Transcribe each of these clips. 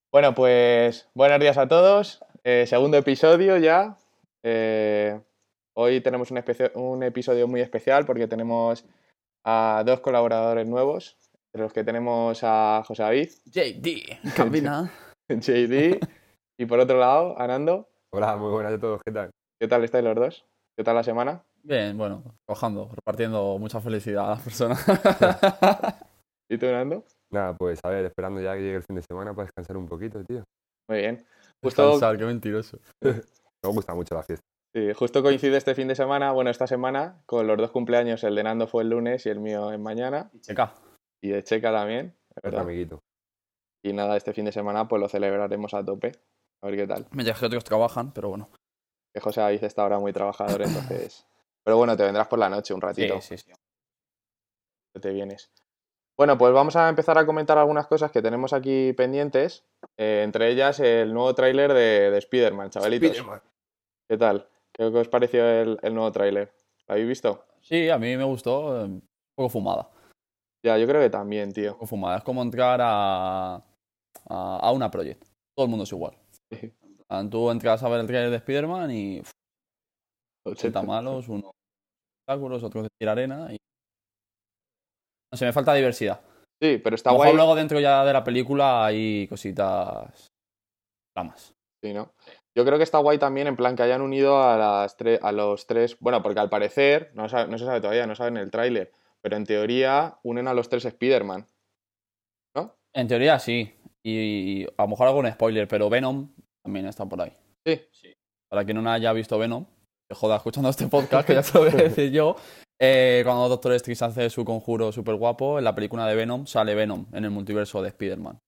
Bueno, pues buenos días a todos. Segundo episodio ya. Eh, Hoy tenemos un episodio muy especial porque tenemos a dos colaboradores nuevos, de los que tenemos a José David, JD, cabina. JD, y por otro lado, a Nando. Hola, muy buenas a todos, ¿qué tal? ¿Qué tal estáis los dos? ¿Qué tal la semana? Bien, bueno, trabajando, repartiendo mucha felicidad a las personas. ¿Y tú, Nando? Nada, pues a ver, esperando ya que llegue el fin de semana para descansar un poquito, tío. Muy bien. Justo, Descansar, qué mentiroso. Me gusta mucho la fiesta. sí, justo coincide este fin de semana, bueno, esta semana, con los dos cumpleaños. El de Nando fue el lunes y el mío es mañana. Checa. Y de Checa también, es Otro verdad. amiguito. Y nada, este fin de semana pues lo celebraremos a tope. A ver qué tal. Mientras que otros trabajan, pero bueno. Que José David está ahora muy trabajador, entonces... Pero bueno, te vendrás por la noche un ratito. Sí. Te vienes. Bueno, pues vamos a empezar a comentar algunas cosas que tenemos aquí pendientes. Entre ellas el nuevo tráiler de Spider-Man, chavalitos. Spiderman. ¿Qué tal? ¿Qué os pareció el nuevo tráiler? ¿Lo habéis visto? Sí, a mí me gustó. Un poco fumada. Ya, yo creo que también, tío. Un poco fumada. Es como entrar a una project. Todo el mundo es igual. Tú entras a ver el trailer de Spider-Man y 80 malos, unos obstáculos, otros de tirar arena y... No sé, me falta diversidad. Sí, pero está A lo mejor guay. luego dentro ya de la película hay cositas... ramas. Sí, ¿no? Yo creo que está guay también en plan que hayan unido a los tres, bueno, porque al parecer, no se sabe todavía, no saben el tráiler, pero en teoría unen a los tres Spider-Man, ¿no? En teoría sí. Y a lo mejor hago un spoiler, pero Venom también está por ahí. Sí. Para quien no haya visto Venom, que joda escuchando este podcast, que ya te lo voy a decir yo. Cuando Doctor Strange hace su conjuro súper guapo, en la película de Venom sale Venom en el multiverso de Spider-Man.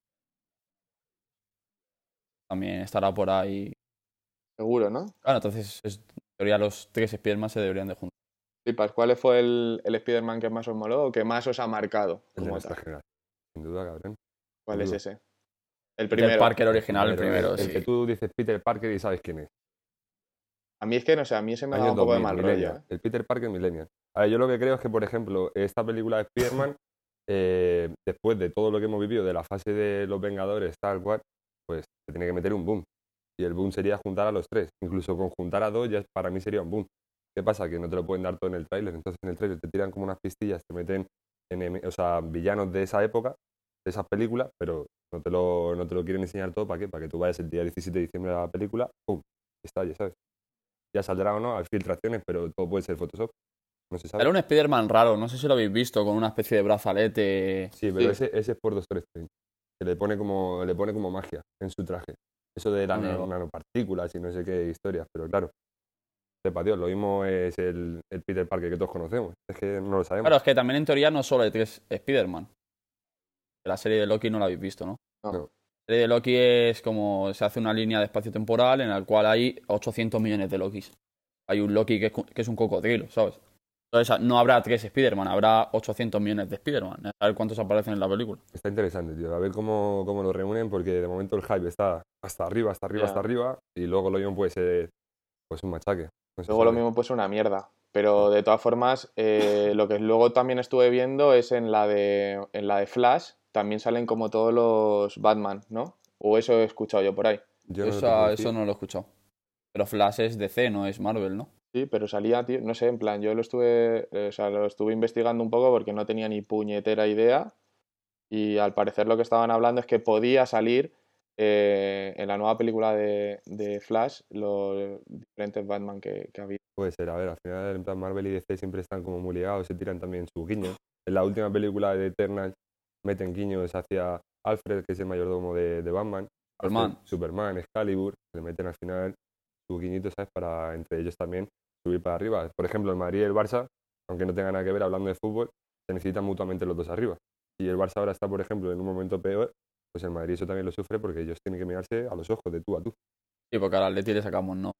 También estará por ahí. Seguro, ¿no? Claro, entonces en teoría los tres Spider-Man se deberían de juntar. Sí, ¿cuál fue el Spider-Man que más os moló o que más os ha marcado? El de Como nuestra tal? generación. Sin duda, cabrón. ¿Cuál Sin es duda. ese? El Peter primero. Parker original, el primero, El sí. que tú dices Peter Parker y sabes quién es. A mí es que, no sé, a mí ese me da Año un poco de 2000, mal Millennial. rollo, ¿eh? El Peter Parker Millennial. A ver, yo lo que creo es que, por ejemplo, esta película de Spider-Man, después de todo lo que hemos vivido, de la fase de los Vengadores, tal cual, pues se tiene que meter un boom. Y el boom sería juntar a los tres. Incluso con juntar a dos ya para mí sería un boom. ¿Qué pasa? Que no te lo pueden dar todo en el tráiler. Entonces en el tráiler te tiran como unas pistillas, te meten o sea, villanos de esa época, de esas películas, pero no te lo quieren enseñar todo. ¿Para qué? Para que tú vayas el día 17 de diciembre a la película, ¡pum! Estalle, ¿sabes? Ya saldrá o no, hay filtraciones, pero todo puede ser Photoshop. No se sabe. Era un Spider-Man raro, no sé si lo habéis visto, con una especie de brazalete. Sí, pero Sí. ese es por Doctor Strange. Que le pone como magia en su traje. Eso de las Amigo. nanopartículas y no sé qué historias, pero claro. Sepa Dios, lo mismo es el Peter Parker que todos conocemos. Es que no lo sabemos. Claro, es que también en teoría no solo hay tres Spider-Man. La serie de Loki no la habéis visto, ¿no? No. No. La serie de Loki es como se hace una línea de espacio temporal en la cual hay 800 millones de Lokis. Hay un Loki que es un cocodrilo, ¿sabes? Entonces no habrá tres Spider-Man, habrá 800 millones de Spider-Man. A ver cuántos aparecen en la película. Está interesante, tío. A ver cómo lo reúnen, porque de momento el hype está hasta arriba, hasta arriba, Ya. hasta arriba. Y luego lo mismo puede ser pues un machaque. No se Luego lo sabe. mismo puede ser una mierda. Pero de todas formas, lo que luego también estuve viendo es en la de Flash, también salen como todos los Batman, ¿no? O eso he escuchado yo por ahí. Yo no lo tengo Eso no lo he escuchado. Pero Flash es DC, no es Marvel, ¿no? Sí, pero salía, tío, no sé, en plan, yo lo estuve investigando un poco porque no tenía ni puñetera idea y al parecer lo que estaban hablando es que podía salir en la nueva película de Flash los diferentes Batman que había. Puede ser, a ver, al final en plan Marvel y DC siempre están como muy ligados, se tiran también sus guiños. En la última película de Eternal meten guiños hacia Alfred, que es el mayordomo de Batman. Superman. Alfred, Superman, Excalibur, le meten al final sus guiñitos, ¿sabes? Para entre ellos también subir para arriba. Por ejemplo, el Madrid y el Barça, aunque no tengan nada que ver hablando de fútbol, se necesitan mutuamente los dos arriba. Si el Barça ahora está, por ejemplo, en un momento peor, pues el Madrid eso también lo sufre porque ellos tienen que mirarse a los ojos de tú a tú. Sí, porque al Atleti le sacamos no.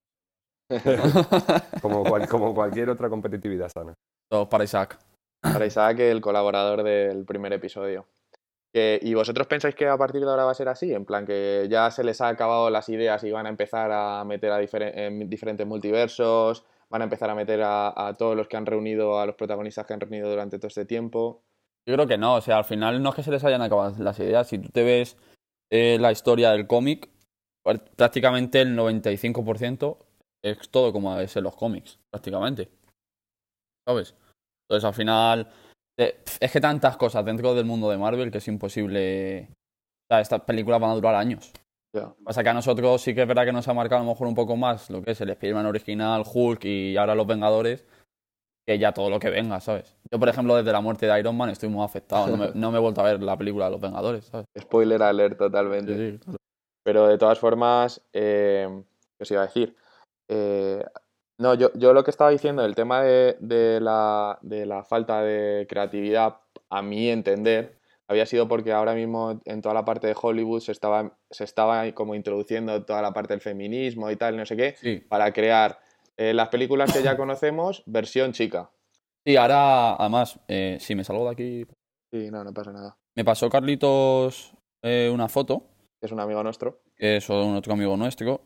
Como cualquier otra competitividad sana. Todo para Isaac. Para Isaac, el colaborador del primer episodio. ¿Y vosotros pensáis que a partir de ahora va a ser así? En plan, que ya se les ha acabado las ideas y van a empezar a meter en diferentes multiversos, van a empezar a meter a todos los que han reunido, a los protagonistas que han reunido durante todo este tiempo. Yo creo que no, o sea, al final no es que se les hayan acabado las ideas. Si tú te ves la historia del cómic, prácticamente el 95% es todo como es en los cómics, prácticamente. ¿Sabes? Entonces al final es que tantas cosas dentro del mundo de Marvel que es imposible. O sea, estas películas van a durar años. Ya. Pasa que a nosotros sí que es verdad que nos ha marcado a lo mejor un poco más lo que es el Spider-Man original, Hulk y ahora los Vengadores, que ya todo lo que venga, ¿sabes? Yo, por ejemplo, desde la muerte de Iron Man estoy muy afectado. No me he vuelto a ver la película de los Vengadores, ¿sabes? Spoiler alert Sí, totalmente. sí, claro. Pero de todas formas, ¿qué os iba a decir? No, yo lo que estaba diciendo, el tema de la falta de creatividad, a mi entender, había sido porque ahora mismo en toda la parte de Hollywood se estaba como introduciendo toda la parte del feminismo y tal, no sé qué, Sí. para crear las películas que ya conocemos, versión chica. Sí, ahora, además, si me salgo de aquí, Sí, no, no pasa nada. me pasó Carlitos una foto, Es un amigo nuestro. que es un otro amigo nuestro,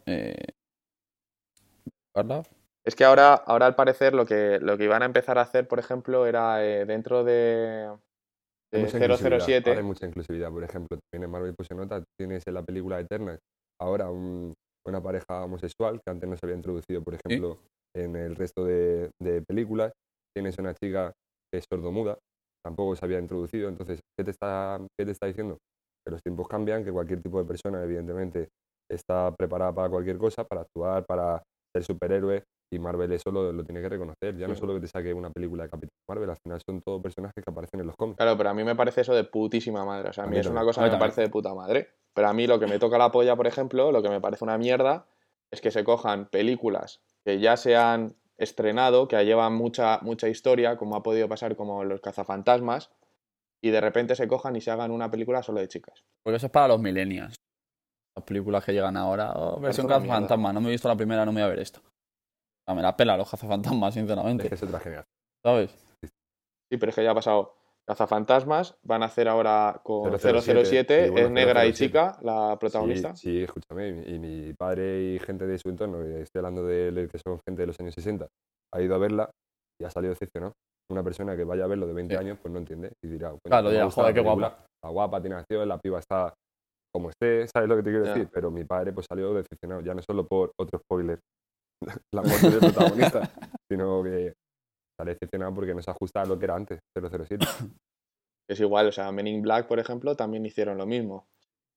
Carla. Es que ahora al parecer lo que iban a empezar a hacer, por ejemplo, era dentro de Hay mucha inclusividad. Ahora hay 007. mucha inclusividad. Por ejemplo, también en Marvel pues se nota, tienes en la película Eterna ahora una pareja homosexual que antes no se había introducido, por ejemplo, en el resto de películas. Tienes una chica que es sordomuda, tampoco se había introducido. Entonces, ¿qué te está diciendo? Que los tiempos cambian, que cualquier tipo de persona, evidentemente, está preparada para cualquier cosa, para actuar, para ser superhéroe. Y Marvel eso lo tiene que reconocer. Ya no Sí. solo que te saque una película de Capitán Marvel, al final son todos personajes que aparecen en los cómics. Claro, pero a mí me parece eso de putísima madre. O sea, a A mí mí es una también. cosa A que mí me también. parece de puta madre. Pero a mí lo que me toca la polla, por ejemplo, lo que me parece una mierda, es que se cojan películas que ya se han estrenado, que llevan mucha, mucha historia, como ha podido pasar como Los Cazafantasmas, y de repente se cojan y se hagan una película solo de chicas. Porque eso es para los millennials. Las películas que llegan ahora, Parece versión una mierda. Cazafantasmas, no me he visto la primera, no me voy a ver esta. O sea, me la pela los Cazafantasmas, Es sinceramente. que es otra generación. ¿Sabes? Sí, pero es que ya ha pasado Cazafantasmas, van a hacer ahora con 007, 007, sí, bueno, es negra y 007. chica, la Sí, protagonista. sí, escúchame. Y mi padre y gente de su entorno, que estoy hablando de que son gente de los años 60, ha ido a verla y ha salido decepcionado. Una persona que vaya a verlo de 20 Sí. años, pues no entiende. Y dirá, coño, Claro, me dirá, gusta joder, la qué película, guapa. está guapa, tiene acción, la piba está como esté, ¿sabes lo que te quiero Ya. decir? Pero mi padre pues salió decepcionado, ya no solo por otro spoiler, la muerte del protagonista, sino que sale decepcionado porque no se ajusta a lo que era antes, 007. Es igual, o sea, Men in Black, por ejemplo, también hicieron lo mismo.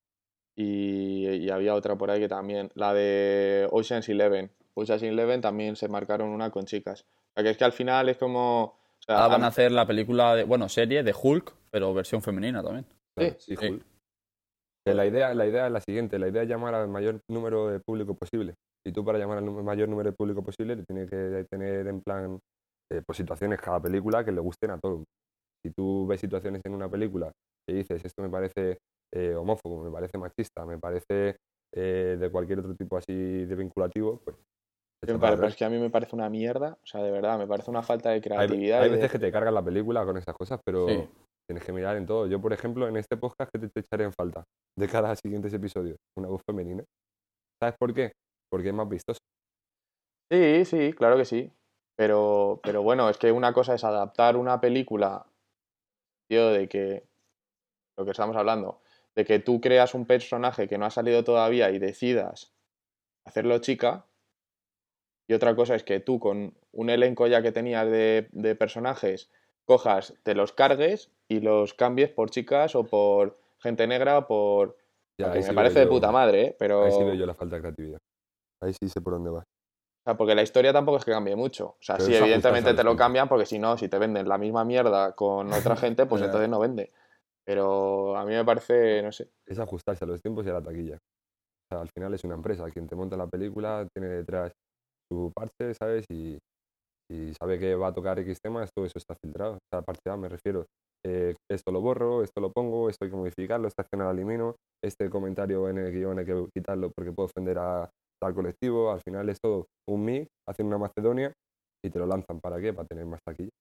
Y había otra por ahí que también, la de Ocean's Eleven. Ocean's Eleven también se marcaron una con chicas. O sea, que es que al final es como... O sea, Ahora van a hacer la película, serie de Hulk, pero versión femenina también. Claro, Sí. sí, Hulk. Que la idea es la siguiente, la idea es llamar al mayor número de público posible. Y tú para llamar al mayor número de público posible tienes que tener en plan pues situaciones cada película que le gusten a todos. Si tú ves situaciones en una película y dices esto me parece homófobo, me parece machista, me parece de cualquier otro tipo así de vinculativo, pues Sí, echa para pero es atrás. que a mí me parece una mierda, o sea, de verdad, me parece una falta de Hay, creatividad. hay veces que te cargan la película con esas cosas, pero Sí. tienes que mirar en todo. Yo, por ejemplo, en este podcast, ¿qué te echaré en falta de cada siguientes episodios? Una voz femenina. ¿Sabes por qué? Porque es más vistoso. Sí, sí, claro que sí. Pero bueno, es que una cosa es adaptar una película, tío, de que, lo que estamos hablando, de que tú creas un personaje que no ha salido todavía y decidas hacerlo chica, y otra cosa es que tú con un elenco ya que tenías de personajes, cojas, te los cargues y los cambies por chicas o por gente negra o por... O Ya, sea, que me parece de puta madre, ¿eh? ahí sí Pero... veo yo la falta de creatividad. Ahí sí sé por dónde vas. O sea, porque la historia tampoco es que cambie mucho. O sea, Pero sí, es ajustarse a evidentemente los te lo tiempos. cambian porque si no, si te venden la misma mierda con otra gente, pues Ya. entonces no vende. Pero a mí me parece, no sé. Es ajustarse a los tiempos y a la taquilla. O sea, al final es una empresa. Quien te monta la película tiene detrás su parche, ¿sabes? Y sabe que va a tocar X temas, todo eso está filtrado. O sea, parte A me refiero. Esto lo borro, esto lo pongo, esto hay que modificarlo, esta escena la elimino, este comentario en el guión hay que quitarlo porque puede ofender a tal colectivo. Al final es todo un mix, hacen una Macedonia y te lo lanzan. ¿Para qué? Para tener más taquilla.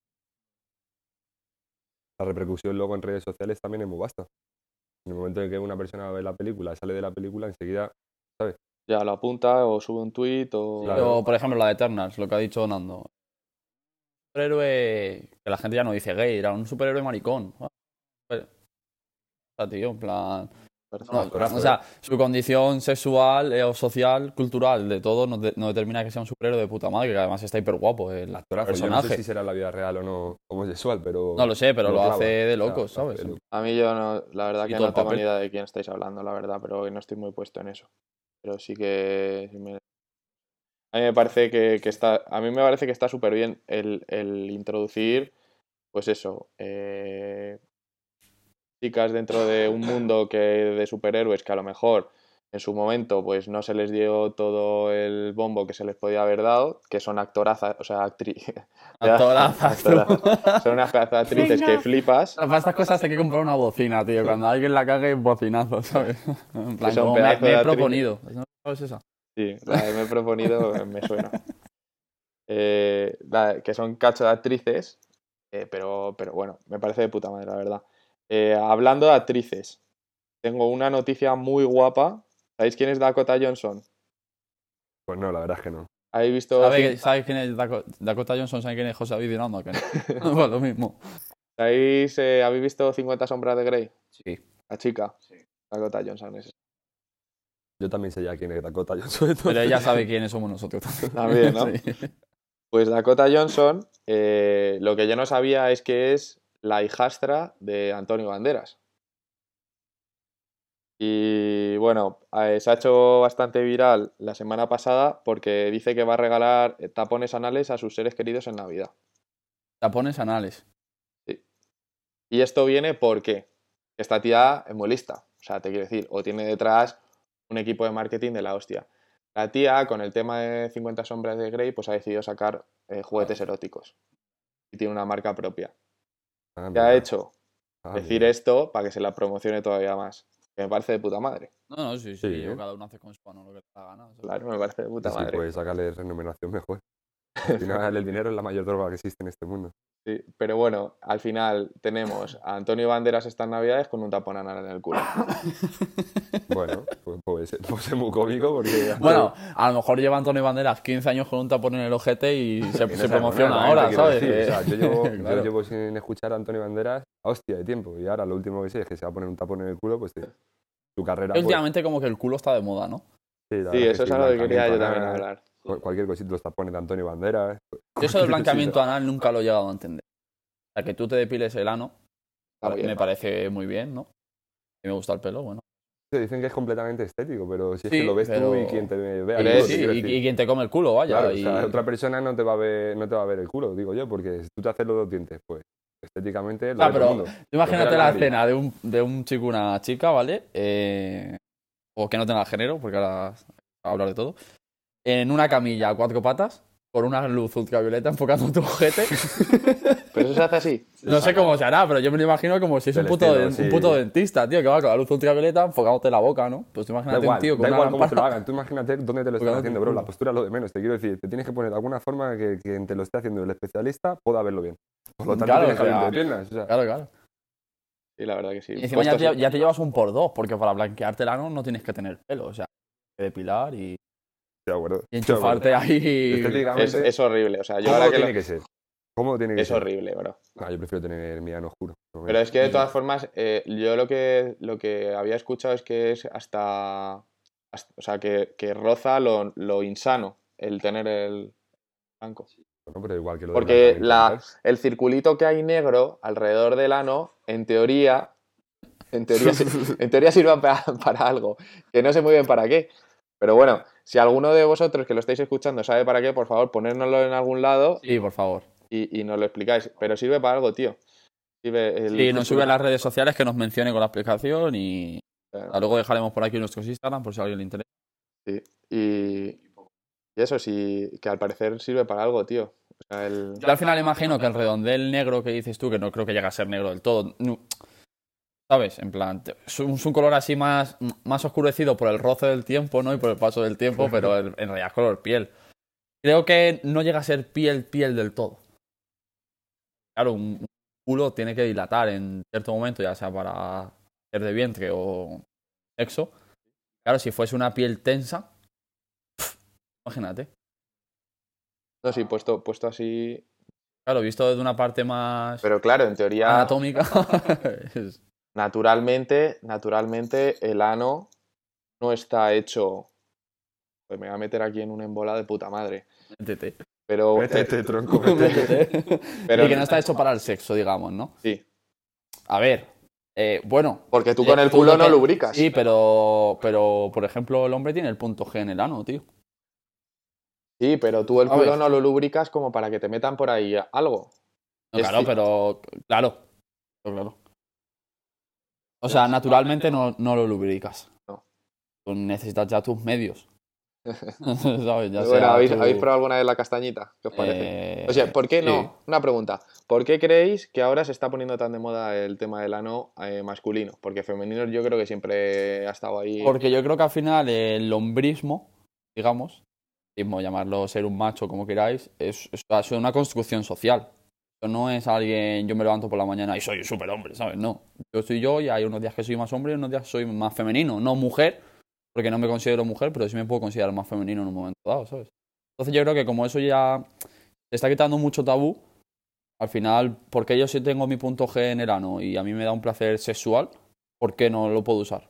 La repercusión luego en redes sociales también es muy vasta. En el momento en que una persona ve la película, sale de la película, enseguida, ¿sabes? Ya lo apunta o sube un tuit o... Claro. O, por ejemplo, la de Eternals, lo que ha dicho Nando. Superhéroe que la gente ya no dice gay, era un superhéroe maricón. O sea, tío, en plan... Personal. O sea, su condición sexual o social, cultural, de todo, no determina que sea un superhéroe de puta madre, que además está hiper guapo el Actorazo. Yo no personaje. sé si será en la vida real o no homosexual, pero... No lo sé, pero lo clava. hace de locos, Claro, ¿sabes? hace de locos. A mí yo no, la verdad Y que todo no el tengo papel. ni idea de quién estáis hablando, la verdad, pero no estoy muy puesto en eso. Pero sí que a mí me parece que está súper bien el introducir, pues eso, chicas dentro de un mundo de superhéroes que a lo mejor en su momento pues no se les dio todo el bombo que se les podía haber dado, que son actorazas, o sea, Actorazas, tú. son unas pedazos de actrices que flipas. Para estas cosas hay que comprar una bocina, tío. Cuando alguien la cague, bocinazo, ¿sabes? En plan, son como pedazos me de he actrices. proponido. ¿No sabes esa? Sí, la que me he proponido me suena. Que son cacho de actrices, pero bueno, me parece de puta madre, la verdad. Hablando de actrices, tengo una noticia muy guapa. ¿Sabéis quién es Dakota Johnson? Pues no, la verdad es que no. ¿Habéis visto? ¿Sabes quién es Dakota Johnson? ¿Sabes quién es José David Dinando? Pues lo mismo. ¿Habéis visto 50 sombras de Grey? Sí. La chica. Dakota Johnson es. Yo también sé ya quién es Dakota Johnson. Pero ella sabe quiénes somos nosotros También, ¿no? Sí. Pues Dakota Johnson, lo que yo no sabía es que es la hijastra de Antonio Banderas. Y bueno, se ha hecho bastante viral la semana pasada porque dice que va a regalar tapones anales a sus seres queridos en Navidad. Tapones anales. Sí. Y esto viene porque esta tía es muy lista. O sea, te quiero decir, o tiene detrás un equipo de marketing de la hostia. La tía, con el tema de 50 sombras de Grey, pues ha decidido sacar juguetes eróticos. Y tiene una marca propia. Ah, ¿Qué ha mira. hecho? Ah, Decir mira. esto para que se la promocione todavía más. Que me parece de puta madre. No, sí. Sí, Cada uno hace con su mano lo que le da gana. ¿sabes? Claro, me parece de puta Sí, madre. puedes sacarle remuneración mejor. Al final, el dinero es la mayor droga que existe en este mundo. Sí, pero bueno, al final tenemos a Antonio Banderas estas navidades con un tapón anal en el culo. Bueno, pues puede ser muy cómico porque... Bueno, a lo mejor lleva Antonio Banderas 15 años con un tapón en el ojete y se no promociona sabe ahora, poner, ¿sabes? te quiero decir. O sea, yo Claro. llevo sin escuchar a Antonio Banderas a hostia de tiempo. Y ahora lo último que sé es que se va a poner un tapón en el culo, pues su carrera... Y últimamente como que el culo está de moda, ¿no? la Sí, verdad eso que es algo que quería yo blancamiento también anal, hablar. Cualquier cosita, los tapones de Antonio Banderas... Yo eso del blanqueamiento anal nunca lo he llegado a entender. O sea, que tú te depiles el ano, Está bien, me ¿no? parece muy bien, ¿no? Y me gusta el pelo, bueno. Te dicen que es completamente estético, pero si es Sí, que lo ves tú pero- y quien te vea Pero el culo, es- te Sí, quiero y decir. quien te come el culo, vaya. Claro, y... o sea, otra persona no te va a ver el culo, digo yo, porque si tú te haces los dos dientes, pues estéticamente lo Ah, ve todo el pero mundo. tú imagínate Pero la nadie. escena de un chico y una chica, ¿vale? O que no tenga género, porque ahora hablar de todo. En una camilla a cuatro patas, con una luz ultravioleta enfocando tu ojete. Pero eso se hace así. No sé cómo se hará, pero yo me lo imagino como si es Del un puto, estilo, un sí. puto dentista, tío, que va con la luz ultravioleta enfocándote la boca, ¿no? Pues tú Da imagínate igual, un tío con da una igual cómo te lo lámpara. hagan. Tú imagínate dónde te lo están Porque haciendo, no te- bro. La postura es lo de menos. Te quiero decir, te tienes que poner de alguna forma que quien te lo esté haciendo el especialista pueda verlo bien. Por lo tanto, Claro, tienes que o sea, abrirte de piernas. O sea, Claro. Sí, la verdad que sí. Y encima Puesto ya te llevas un por dos, porque para blanquearte el ano no tienes que tener pelo, o sea, tienes que depilar y de acuerdo. enchufarte ahí. Estéticamente, es horrible. O sea, yo ¿cómo ahora lo que tiene que ser? ¿Cómo tiene que es ser? horrible, bro. Ah, yo prefiero tener mi ano oscuro. Pero es que de todas formas, yo lo que había escuchado es que es o sea, que roza lo insano el tener el blanco. Bueno, pero igual que lo del Porque blanqueamiento anal. el circulito que hay negro alrededor del ano, en teoría sirve para algo. Que no sé muy bien para qué. Pero bueno, si alguno de vosotros que lo estáis escuchando sabe para qué, por favor, ponérnoslo en algún lado Sí, por favor. y nos lo explicáis. Pero sirve para algo, tío. Sirve Sí, nos sube a las redes sociales que nos mencione con la explicación y luego dejaremos por aquí nuestros Instagram por si a alguien le interesa. Sí. Y eso sí, que al parecer sirve para algo, tío. O sea, Yo al final imagino que el redondel negro que dices tú, que no creo que llegue a ser negro del todo, ¿sabes? En plan, es un color así más oscurecido por el roce del tiempo, ¿no? Y por el paso del tiempo, pero en realidad es color piel. Creo que no llega a ser piel del todo. Claro, un culo tiene que dilatar en cierto momento, ya sea para ser de vientre o sexo. Claro, si fuese una piel tensa, imagínate. no, sí, puesto así. Claro, visto desde una parte más Pero claro, en teoría. anatómica. naturalmente el ano no está hecho... Pues me voy a meter aquí en una embola de puta madre. Métete. Pero... Métete, tronco, métete. Pero... Y que no está hecho para el sexo, digamos, ¿no? Sí. A ver, bueno... Porque tú con el culo no lubricas. Sí, pero, por ejemplo, el hombre tiene el punto G en el ano, tío. Sí, pero tú el culo no lo lubricas como para que te metan por ahí algo. No, claro, pero... Claro. O sea, naturalmente no lo lubricas. No. Tú necesitas ya tus medios. ¿Sabes? Ya bueno, ¿habéis probado alguna vez la castañita? ¿Qué os parece? O sea, ¿por qué no? Sí. Una pregunta. ¿Por qué creéis que ahora se está poniendo tan de moda el tema del ano masculino? Porque femenino yo creo que siempre ha estado ahí. Porque yo creo que al final el hombrismo, digamos, llamarlo ser un macho, como queráis, ha sido una construcción social. No es alguien, yo me levanto por la mañana y soy un superhombre, ¿sabes? No. Yo soy yo y hay unos días que soy más hombre y unos días que soy más femenino. No mujer, porque no me considero mujer, pero sí me puedo considerar más femenino en un momento dado, ¿sabes? Entonces yo creo que como eso ya se está quitando mucho tabú, al final, porque yo sí tengo mi punto G en el ano y a mí me da un placer sexual, ¿por qué no lo puedo usar?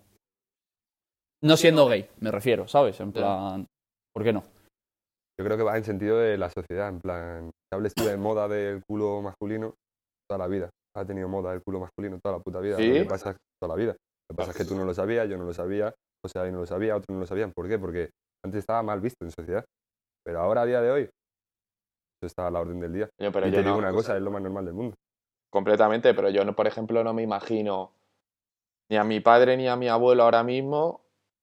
No siendo gay, me refiero, ¿sabes? En plan, ¿por qué no? Yo creo que va en sentido de la sociedad, en plan, se ha establecido de moda del culo masculino toda la vida. Ha tenido moda el culo masculino toda la puta vida. ¿Sí? Lo que pasa toda la vida. Lo que pasa es que tú no lo sabías, yo no lo sabía, o sea, yo no lo sabía, otros no lo sabían. ¿Por qué? Porque antes estaba mal visto en sociedad. Pero ahora, a día de hoy, eso está a la orden del día. Yo, pero y yo te digo no, una cosa, es lo más normal del mundo. Completamente, pero yo, no, por ejemplo, no me imagino ni a mi padre ni a mi abuelo ahora mismo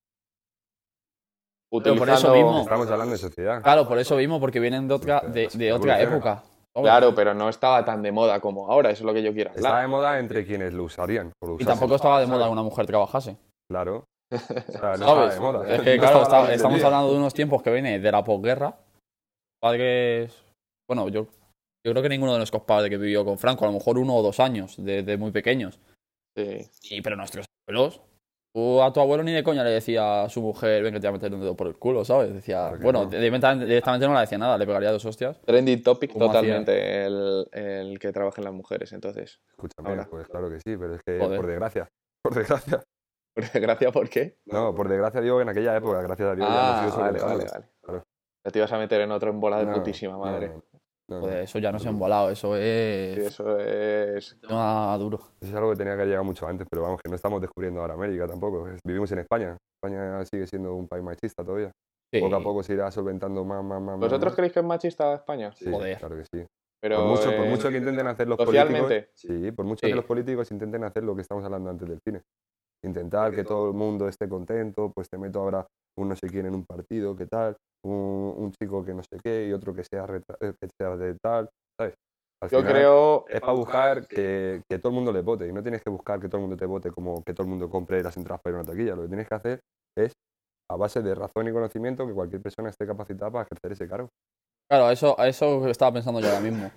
utilizando... Por eso mismo. Estamos hablando de sociedad. Claro, por eso mismo, porque vienen de otra época. Claro, pero no estaba tan de moda como ahora, eso es lo que yo quiero hablar. Estaba de moda entre quienes lo usarían. Y tampoco estaba de moda que una mujer trabajase. Claro. O sea, no estaba de moda. Es que, claro, estamos hablando de unos tiempos que vienen de la posguerra. Padres... Bueno, yo creo que ninguno de nuestros padres que vivió con Franco, a lo mejor 1 o 2 años, de muy pequeños. Sí. Pero nuestros abuelos... Tú a tu abuelo ni de coña le decía a su mujer, ven que te voy a meter un dedo por el culo, ¿sabes? Decía, bueno, directamente no le decía nada, le pegaría 2 hostias. Trending topic totalmente el que trabajen las mujeres, entonces. Escúchame, ahora. Pues claro que sí, pero es que por desgracia. Por desgracia. ¿Por desgracia por qué? No, por desgracia digo en aquella época, gracias a Dios ya hemos ido vale. Claro. Ya te ibas a meter en otro embola de putísima madre. No. Joder, eso ya no se ha embolado, eso es... Sí, eso es... duro. Eso es algo que tenía que llegar mucho antes, pero vamos, que no estamos descubriendo ahora América tampoco. Vivimos en España. España sigue siendo un país machista todavía. Sí. Poco a poco se irá solventando más. ¿Vosotros creéis que es machista España? Sí, joder. Claro que sí. Pero, por mucho que intenten hacer los políticos... Sí, por mucho que los políticos intenten hacer lo que estamos hablando antes del cine. Intentar que todo el mundo esté contento, pues te meto ahora un no sé quién en un partido, qué tal, un chico que no sé qué y otro que sea de tal, ¿sabes? Al yo final, creo... Es para buscar que todo el mundo le vote y no tienes que buscar que todo el mundo te vote como que todo el mundo compre las entradas para ir a una taquilla. Lo que tienes que hacer es, a base de razón y conocimiento, que cualquier persona esté capacitada para ejercer ese cargo. Claro, eso estaba pensando yo ahora mismo.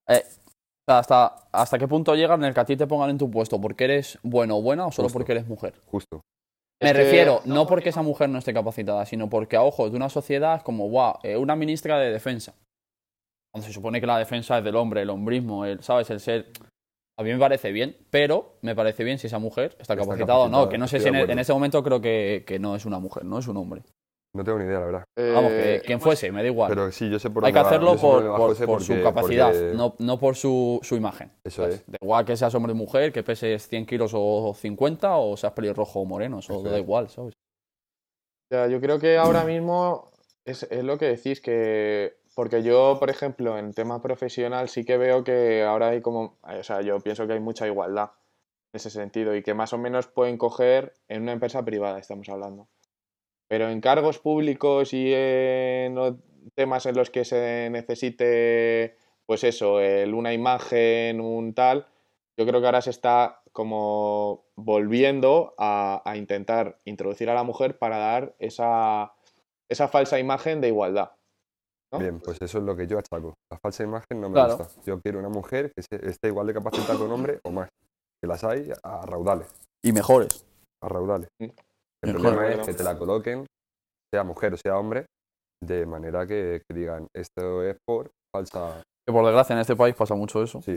¿Hasta qué punto llegan en el que a ti te pongan en tu puesto? ¿Porque eres bueno o buena o solo porque eres mujer? Justo. Me refiero, no porque esa mujer no esté capacitada, sino porque a ojos de una sociedad como, una ministra de defensa. Cuando se supone que la defensa es del hombre, el hombrismo, ¿sabes? El ser... A mí me parece bien, pero me parece bien si esa mujer está capacitada o no. Que no sé si en ese momento creo que no es una mujer, no es un hombre. No tengo ni idea, la verdad. Vamos, que quien fuese, me da igual. Pero sí, yo sé por Hay que hacerlo por su capacidad, no por su imagen. Eso es. Da igual que seas hombre o mujer, que peses 100 kilos o 50, o seas pelirrojo o moreno, eso da igual, ¿sabes? Ya, yo creo que ahora mismo es lo que decís, que... Porque yo, por ejemplo, en tema profesional sí que veo que ahora hay como... O sea, yo pienso que hay mucha igualdad en ese sentido y que más o menos pueden coger en una empresa privada, estamos hablando. Pero en cargos públicos y en temas en los que se necesite, pues eso, una imagen, un tal, yo creo que ahora se está como volviendo a intentar introducir a la mujer para dar esa falsa imagen de igualdad, ¿no? Bien, pues eso es lo que yo achaco. La falsa imagen no me gusta. Yo quiero una mujer que esté igual de capacitada que un hombre o más. Que las hay a raudales. Y mejores. A raudales. El problema es que te la coloquen, sea mujer o sea hombre, de manera que digan, esto es por falsa... Que por desgracia en este país pasa mucho eso. Sí.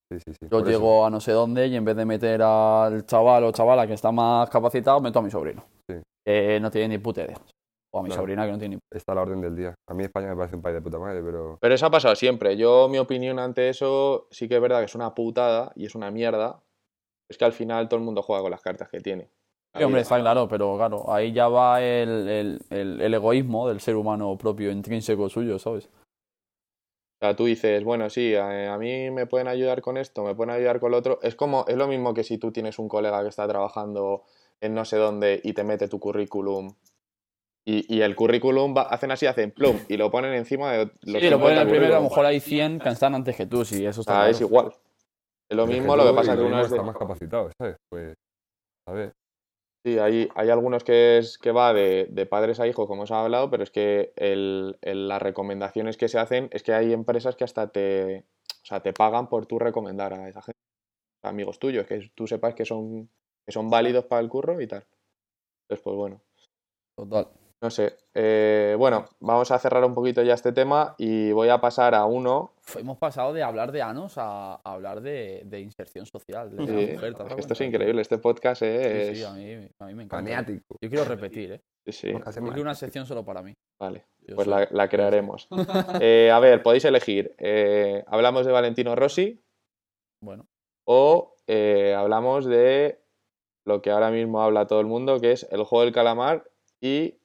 Sí. Yo Por llego a no sé dónde y en vez de meter al chaval o chavala que está más capacitado, meto a mi sobrino. Sí. Que no tiene ni puta idea. O a mi Claro. sobrina que no tiene ni puta Está a la orden del día. A mí España me parece un país de puta madre, pero Pero eso ha pasado siempre. Yo, mi opinión ante eso, sí que es verdad que es una putada y es una mierda. Es que al final todo el mundo juega con las cartas que tiene. La Sí, hombre, vida. está claro, pero claro, ahí ya va el egoísmo del ser humano propio, intrínseco suyo, ¿sabes? O sea, tú dices, bueno, sí, a mí me pueden ayudar con esto, me pueden ayudar con lo otro. Es lo mismo que si tú tienes un colega que está trabajando en no sé dónde y te mete tu currículum. Y el currículum hacen así, hacen plum, y lo ponen encima de los Sí, lo ponen 50 el primero, a lo currículum. mejor hay 100 que están antes que tú, sí, eso O está sea, claro. es igual. Es lo eres mismo, lo que tú pasa y que lo uno mismo es de... está más capacitado, ¿sabes? Pues, a ver. Sí, hay algunos que va de padres a hijos, como os ha hablado, pero es que las recomendaciones que se hacen es que hay empresas que hasta o sea, te pagan por tú recomendar a esa gente, a amigos tuyos, que tú sepas que son válidos para el curro y tal. Entonces, pues bueno, Total. no sé. Bueno, vamos a cerrar un poquito ya este tema y voy a pasar a uno. Hemos pasado de hablar de anos a hablar de inserción social, de la Sí, mujer. ¿te has dado esto es cuenta, tío? increíble, este podcast Sí, es... sí, a mí me encanta. Maniático. Yo quiero repetir, ¿eh? Sí, sí, Podcast Yo quiero una maniático. sección solo para mí. vale, Yo pues solo. la crearemos. A ver, podéis elegir. ¿Hablamos de Valentino Rossi Bueno, o hablamos de lo que ahora mismo habla todo el mundo, que es el juego del calamar y...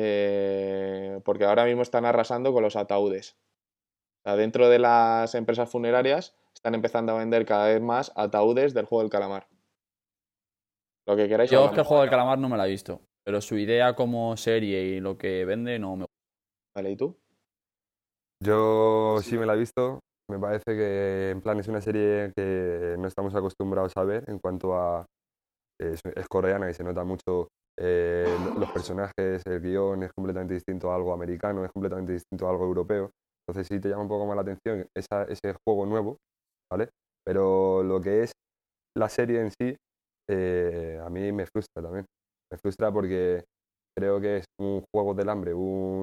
porque ahora mismo están arrasando con los ataúdes. O sea, dentro de las empresas funerarias están empezando a vender cada vez más ataúdes del juego del calamar. Lo que queráis yo es que el hablamos. juego del calamar no me la he visto, pero su idea como serie y lo que vende no me gusta. Vale, ¿y tú? Yo sí me la he visto. Me parece que en plan es una serie que no estamos acostumbrados a ver en cuanto a... es coreana y se nota mucho los personajes, el guión es completamente distinto a algo americano, es completamente distinto a algo europeo. Entonces sí te llama un poco más la atención ese juego nuevo, ¿vale? Pero lo que es la serie en sí, a mí me frustra también. Me frustra porque creo que es un juego del hambre,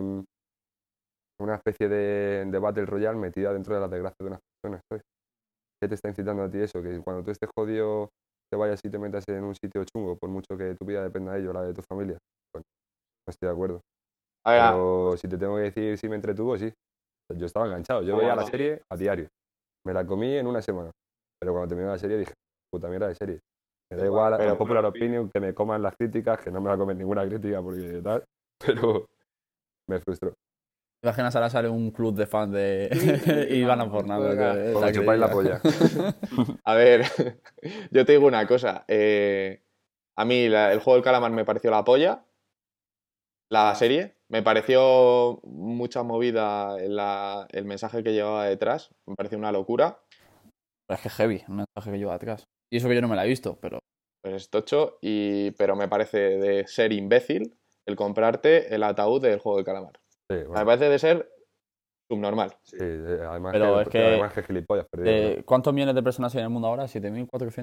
una especie de Battle Royale metida dentro de la desgracia de unas personas, ¿sabes? ¿Qué te está incitando a ti eso? Que cuando tú estés jodido te vayas y te metas en un sitio chungo, por mucho que tu vida dependa de ello, la de tu familia. Bueno, no estoy de acuerdo. A ver, Pero si te tengo que decir si me entretuvo, sí. Yo estaba enganchado. Yo veía la serie a diario. Me la comí en una semana. Pero cuando terminé la serie dije, puta mierda de serie. Me da igual pero- la popular opinion, que me coman las críticas, que no me va a comer ninguna crítica porque tal. Pero me frustró. ¿Te imaginas ahora sale un club de fans de... y van a por nada? de Como la chupáis la crítica? polla. a ver, yo te digo una cosa. A mí el juego del calamar me pareció la polla. La serie me pareció mucha movida el mensaje que llevaba detrás. Me pareció una locura. Pero es que heavy, un mensaje que lleva atrás. Y eso que yo no me la he visto, pero... Pues es tocho, pero me parece de ser imbécil el comprarte el ataúd del juego del calamar. Sí, Me bueno, parece de ser subnormal. sí, además Pero que, es que- además que gilipollas perdido. ¿no? ¿Cuántos millones de personas hay en el mundo ahora? 7.400.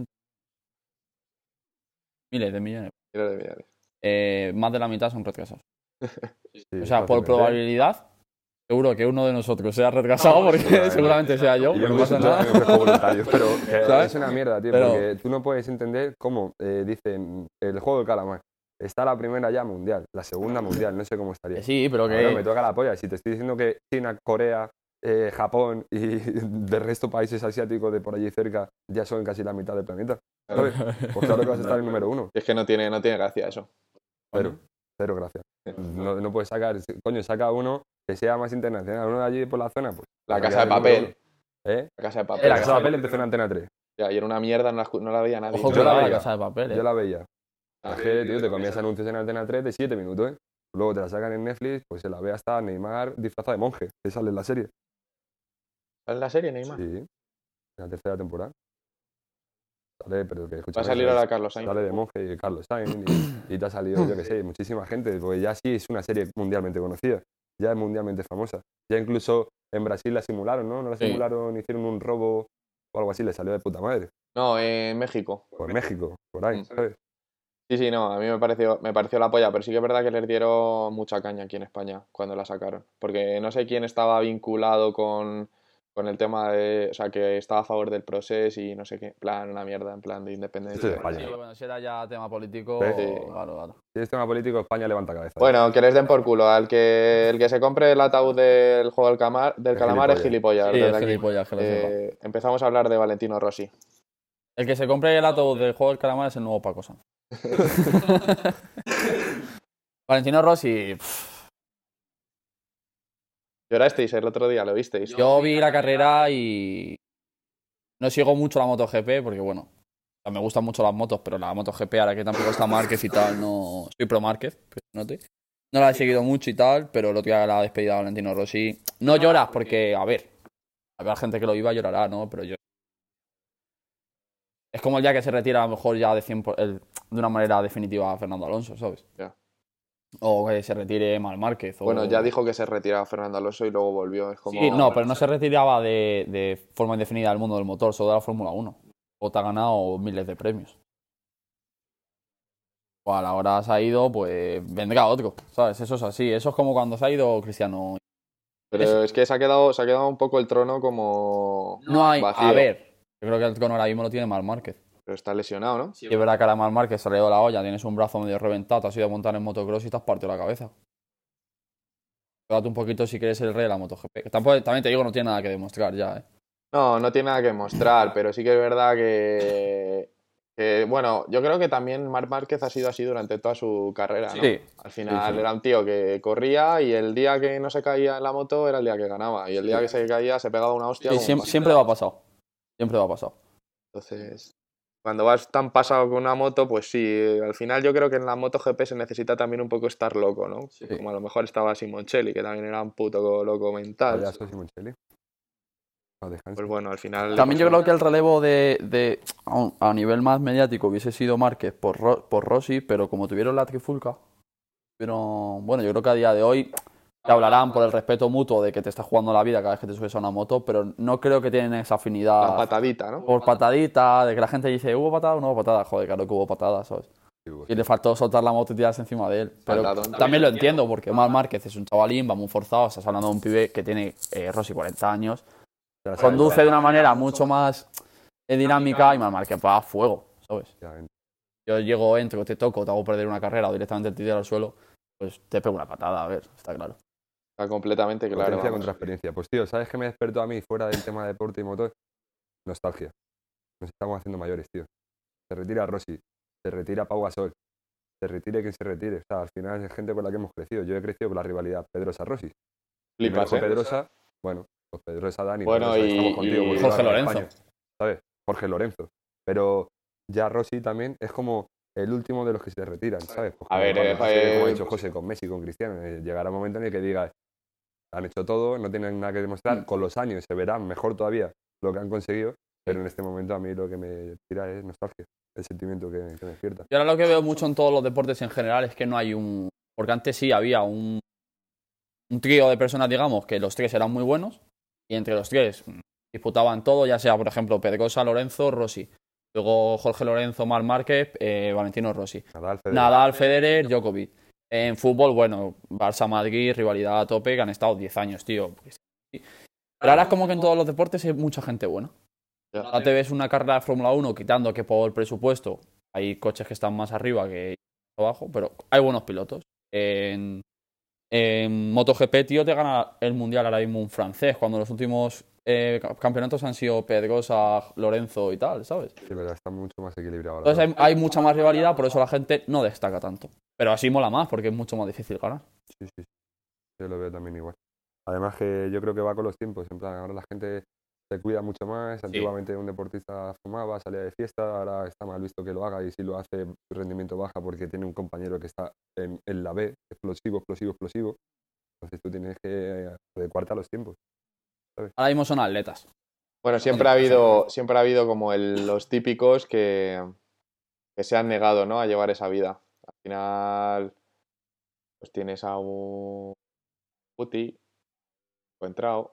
Miles de millones. Miles de millones. Más de la mitad son retrasados. Sí, O sea, por fácilmente. probabilidad, seguro que uno de nosotros sea retrasado porque seguramente. seguramente sea yo, Y yo no me pasa yo nada. me ofrezco voluntario, pero que ¿Sabes? es una mierda, tío, Pero- porque tú no puedes entender cómo dicen el juego del calamar. Está la primera ya mundial, la segunda mundial, no sé cómo estaría. Que sí, pero Bueno, me que... toca la polla. Si te estoy diciendo que China, Corea, Japón y del resto países asiáticos de por allí cerca ya son casi la mitad del planeta. ¿Sabes? Pues claro que vas a estar en número uno. Es que no tiene gracia eso. Cero. Cero, gracias. No puedes sacar, coño, saca uno que sea más internacional. Uno de allí por la zona, pues. La para Casa de que sea el número Papel. uno. ¿Eh? La Casa de Papel. La Casa de Papel empezó en Antena 3. Ya, y era una mierda, no la veía nadie. Ojo, Yo la cuidado, la veía. Casa de Papel, Yo la veía. Es que, tío, te comías anuncios en Antena 3 de 7 minutos, ¿eh? Luego te la sacan en Netflix, pues se la ve hasta Neymar disfrazado de monje, que sale en la serie. ¿Sale en la serie, Neymar? Sí, en la tercera temporada. Sale, pero que Va a escúchame, salir ahora Carlos Sainz. sale de monje y Carlos Sainz y te ha salido, yo que sé, muchísima gente, porque ya sí es una serie mundialmente conocida, ya es mundialmente famosa. Ya incluso en Brasil la simularon, ¿no? No la Sí. simularon, hicieron un robo o algo así, le salió de puta madre. No, en México. Por México, por ahí, Mm. ¿sabes? Sí, sí, no, a mí me pareció la polla, pero sí que es verdad que les dieron mucha caña aquí en España cuando la sacaron. Porque no sé quién estaba vinculado con con el tema de, o sea, que estaba a favor del proceso y no sé qué, en plan, una mierda, en plan de Esto independencia. es España. Sí, bueno, si era ya tema político, Sí. claro. Si es tema político, España levanta cabeza. Bueno, que les den por culo. El que se compre el ataúd del juego del Es calamar es gilipollas. Sí, desde es aquí. gilipollas, que lo sepa. Empezamos a hablar de Valentino Rossi. El que se compre el ataúd del juego del calamar es el nuevo Paco Sanz. Valentino Rossi, ¿Llorasteis el otro día? ¿Lo visteis? yo vi la carrera y no sigo mucho la MotoGP porque, bueno, o sea, me gustan mucho las motos, pero la MotoGP, ahora que tampoco está Márquez y tal, no soy pro Márquez, no la he seguido mucho y tal, pero lo que haga la despedida de Valentino Rossi, no lloras porque, a ver, habrá gente que lo iba, llorará, ¿no? Pero yo... Es como el día que se retira a lo mejor ya de una manera definitiva a Fernando Alonso, ¿sabes? Ya. O que se retire Marc Márquez. Bueno, ya dijo que se retiraba Fernando Alonso y luego volvió. Es como... Sí, no, pero no se retiraba de forma indefinida del mundo del motor, solo de la Fórmula 1. O te ha ganado miles de premios. Pues ahora se ha ido, pues vendrá otro, ¿sabes? Eso es así. Eso es como cuando se ha ido Cristiano. Pero es que se ha quedado un poco el trono como No hay... vacío. A ver, yo creo que el trono ahora mismo lo tiene Marc Márquez. Pero está lesionado, ¿no? Y es verdad que ahora Marc Márquez se le ha ido la olla, tienes un brazo medio reventado, te has ido a montar en motocross y te has partido la cabeza. Quédate un poquito si quieres ser el rey de la MotoGP. También te digo, no tiene nada que demostrar ya, ¿eh? No tiene nada que mostrar, pero sí que es verdad que, bueno, yo creo que también Marc Márquez ha sido así durante toda su carrera, ¿no? Sí. Al final Sí. era un tío que corría y el día que no se caía en la moto era el día que ganaba. Y el día que se caía se pegaba una hostia. Sí, como siempre va a pasar. Siempre va a pasar. Entonces, cuando vas tan pasado con una moto, pues sí, al final yo creo que en la MotoGP se necesita también un poco estar loco, ¿no? Sí. Como a lo mejor estaba Simoncelli, que también era un puto loco mental. Payaso Simoncelli. No, descansa. Pues bueno, al final... También yo creo que el relevo a nivel más mediático hubiese sido Márquez por Rossi, pero como tuvieron la trifulca, bueno, yo creo que a día de hoy te hablarán por el respeto mutuo de que te estás jugando la vida cada vez que te subes a una moto, pero no creo que tienen esa afinidad. La patadita, ¿no? Por patadita, de que la gente dice, ¿hubo patada o no hubo patada? Joder, claro que hubo patada, ¿sabes? Y le faltó soltar la moto y tirarse encima de él. Pero Patadón. también lo entiendo, porque Marc Márquez es un chavalín, va muy forzado, estás hablando de un pibe que tiene Rossi 40 años, Ya sabes, conduce de una manera mucho más dinámica y Marc Márquez va a fuego, ¿sabes? efectivamente. Yo llego, entro, te toco, te hago perder una carrera o directamente te tiro al suelo, pues te pego una patada, a ver, está claro. Está completamente claro. Potencia vamos. contra experiencia. Pues tío, ¿sabes qué me despertó a mí fuera del tema de deporte y motor? Nostalgia. Nos estamos haciendo mayores, tío. Se retira Rossi, se retira Pau Gasol, se retire quien se retire. O sea, al final es gente con la que hemos crecido. Yo he crecido con la rivalidad Pedrosa-Rossi. Primero Flipas, fue ¿eh? Pedrosa, bueno, pues Pedrosa Dani. Bueno, Pedrosa, y- estamos contigo, y porque Jorge vas a Lorenzo. España, ¿sabes? Jorge Lorenzo. Pero ya Rossi también es como el último de los que se retiran, ¿sabes? Pues A ver, como ha dicho José, con Messi, con Cristiano, llegará un momento en el que digas, han hecho todo, no tienen nada que demostrar, con los años se verá mejor todavía lo que han conseguido, pero en este momento a mí lo que me tira es nostalgia, el sentimiento que me despierta. Y ahora lo que veo mucho en todos los deportes en general es que no hay un... Porque antes sí había un trío de personas, digamos, que los tres eran muy buenos y entre los tres disputaban todo, ya sea, por ejemplo, Pedrosa, Lorenzo, Rossi. Luego Jorge Lorenzo, Marc Márquez, Valentino Rossi. Nadal, Federer. Nadal, Federer, Djokovic. En fútbol, bueno, Barça-Madrid, rivalidad a tope, que han estado 10 años, tío. Pero ahora es como que en todos los deportes hay mucha gente buena. Ya. Ahora te ves una carrera de Fórmula 1 quitando que por presupuesto hay coches que están más arriba que abajo, pero hay buenos pilotos. En MotoGP, tío, te gana el mundial ahora mismo un francés, cuando los últimos campeonatos han sido Pedrosa, Lorenzo y tal, ¿sabes? Sí, pero está mucho más equilibrado. la Entonces verdad. hay mucha más rivalidad, por eso la gente no destaca tanto. Pero así mola más, porque es mucho más difícil ganar. Sí. Yo lo veo también igual. Además que yo creo que va con los tiempos, en plan, ahora la gente se cuida mucho más, antiguamente un deportista fumaba, salía de fiesta, ahora está mal visto que lo haga y si lo hace su rendimiento baja porque tiene un compañero que está en la B, explosivo. Entonces tú tienes que adecuarte a los tiempos. Ahora mismo son atletas. Bueno, siempre ha habido como los típicos que se han negado, ¿no? A llevar esa vida. Al final, pues tienes a un Guti, Contrao.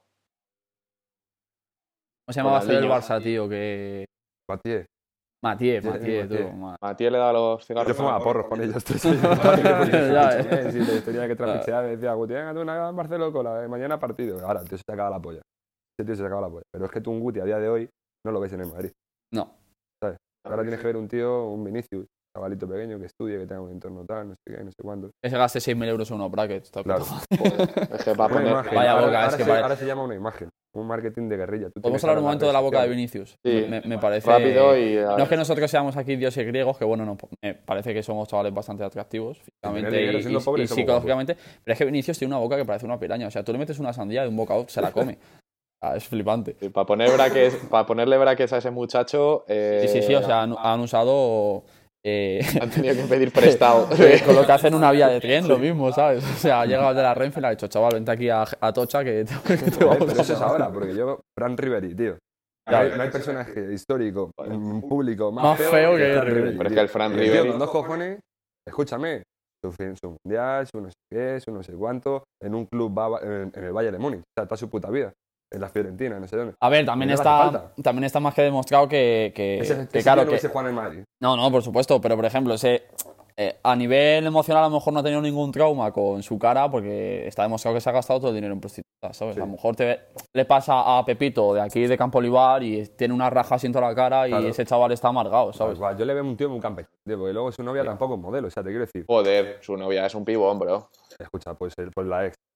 ¿Cómo se llamaba el Ronaldinho. Barça, tío? Que... Mathieu, Matías, Mathieu. tú. ma- Matías le da los cigarros. yo fumaba porros con ellos tres. Ya, Si le tenía que trapichear, me decía, Guti, venga tú una en Barcelona, mañana partido. Ahora, el tío se sacaba la polla. ese tío se sacaba la polla. Pero es que tú un Guti a día de hoy no lo ves en el Madrid, No. ¿sabes? Ahora tienes que ver un tío, un Vinicius, chavalito pequeño que estudie, que tenga un entorno tal, no sé qué, no sé cuánto. Que se gaste 6.000 euros en unos brackets. Está Claro. Es que para Una poner... imagen. Vaya Ahora- boca, ahora es que se, pare- ahora se llama una imagen, un marketing de guerrilla. Tú Podemos tienes hablar un ahora momento las de la boca de redes Vinicius. Sí. Me parece... Rápido y... No es que nosotros seamos aquí dioses griegos, que bueno, me parece que somos chavales bastante atractivos físicamente tener dinero siendo pobre y somos psicológicamente, pero es que Vinicius tiene una boca que parece una piraña. O sea, tú le metes una sandía de un bocado, se la come. Es flipante. Sí, para ponerle brackets a ese muchacho... Sí, o sea, han usado... Han tenido que pedir prestado. Con lo que hacen una vía de tren, lo mismo, ¿sabes? O sea, ha llegado de la Renfe y le ha dicho, chaval, vente aquí a Tocha que te Pero vamos a eso es ahora, porque yo, Fran Riveri, tío. Claro. No hay personaje histórico, público Más feo que Fran Riveri. Pero es que el Fran Y el tío Riveri... con 2 cojones, escúchame, su mundial, su no sé qué, su no sé cuánto, en un club en el Bayern de Múnich, o sea, toda su puta vida, en la Fiorentina, no sé dónde. A ver, también ¿No le hace está, falta? también está más que demostrado que Ese claro, tío no que... hubiese jugado en el Madrid. No, por supuesto, pero por ejemplo, a nivel emocional a lo mejor no ha tenido ningún trauma con su cara porque está demostrado que se ha gastado todo el dinero en prostitutas, ¿sabes? Sí. A lo mejor le pasa a Pepito de aquí de Campo Olivar y tiene una raja así en toda la cara y Claro. ese chaval está amargado, ¿sabes? Pues, yo le veo un tío muy campechano, tío, porque luego su novia tampoco es modelo, o sea, te quiero decir. Joder, su novia es un pibón, bro. Escucha, pues la ex.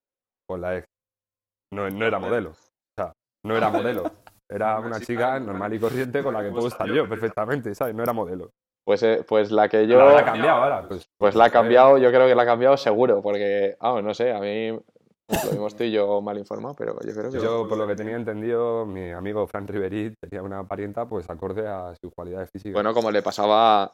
No era modelo. O sea, no era modelo. Era una chica normal y corriente con la que puedo estar yo perfectamente, ¿sabes? No era modelo. Pues la que yo... La habrá cambiado ahora. Pues la ha cambiado, yo creo que la ha cambiado seguro, porque, no sé, a mí lo mismo estoy yo mal informado, pero yo creo que... Yo, por lo que tenía entendido, mi amigo Fran Riveri tenía una parienta pues acorde a sus cualidades físicas. Bueno, como le pasaba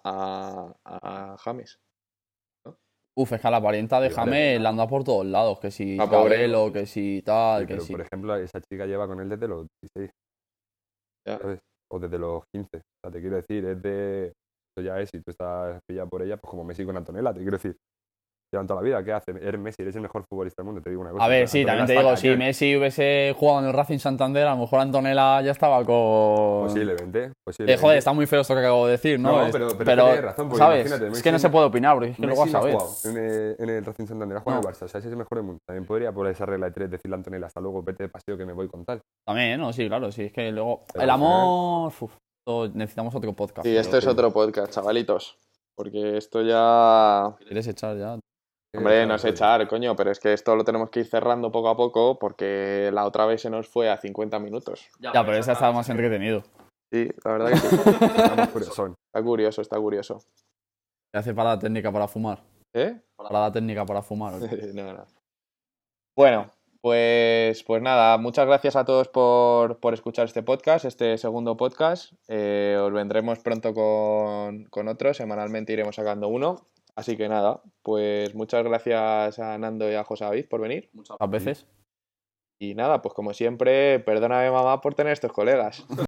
a James. Uf, es que a la parienta de James la anda por todos lados, que si Ah, pobre. Cabello, que si tal, Sí, que pero, si... por ejemplo, esa chica lleva con él desde los 16, Ya. ¿sabes? O desde los 15. O sea, te quiero decir, Eso ya es, si tú estás pillado por ella, pues como Messi con Antonella, te quiero decir. Llevan toda la vida, ¿qué hace? Eres Messi, eres el mejor futbolista del mundo, te digo una cosa. A ver, sí, Antonella también te está digo, si cañón. Messi hubiese jugado en el Racing Santander, a lo mejor Antonella ya estaba con... Posiblemente. Joder, está muy feo esto que acabo de decir, ¿no? No, pero tienes razón, porque ¿sabes? imagínate, Es Messi que no se puede opinar, porque es que luego Messi a no ha saber. jugado en el Racing Santander, ha jugado en No. el Barça, o sea, ese es el mejor del mundo. También podría por esa regla de 3 decirle a Antonella, hasta luego, vete de paseo que me voy con tal. También, ¿no? Sí, claro, sí, es que luego... Pero el al final- amor... necesitamos otro podcast. Sí, esto es otro podcast, chavalitos. Porque esto ya... ¿Quieres echar ya? Hombre, no es echar, coño, pero es que esto lo tenemos que ir cerrando poco a poco porque la otra vez se nos fue a 50 minutos. Ya, pero ese estaba más entretenido. Sí, la verdad que sí. Estamos curiosón. Está curioso, está curioso. ¿Qué hace parada técnica para fumar? ¿Eh? Parada técnica para fumar. ¿o qué? No. Bueno, pues nada, muchas gracias a todos por escuchar este podcast, este segundo podcast. Os vendremos pronto con otro, semanalmente iremos sacando uno. Así que nada, pues muchas gracias a Nando y a José David por venir. Muchas veces. Y nada, pues como siempre, perdóname mamá por tener estos colegas.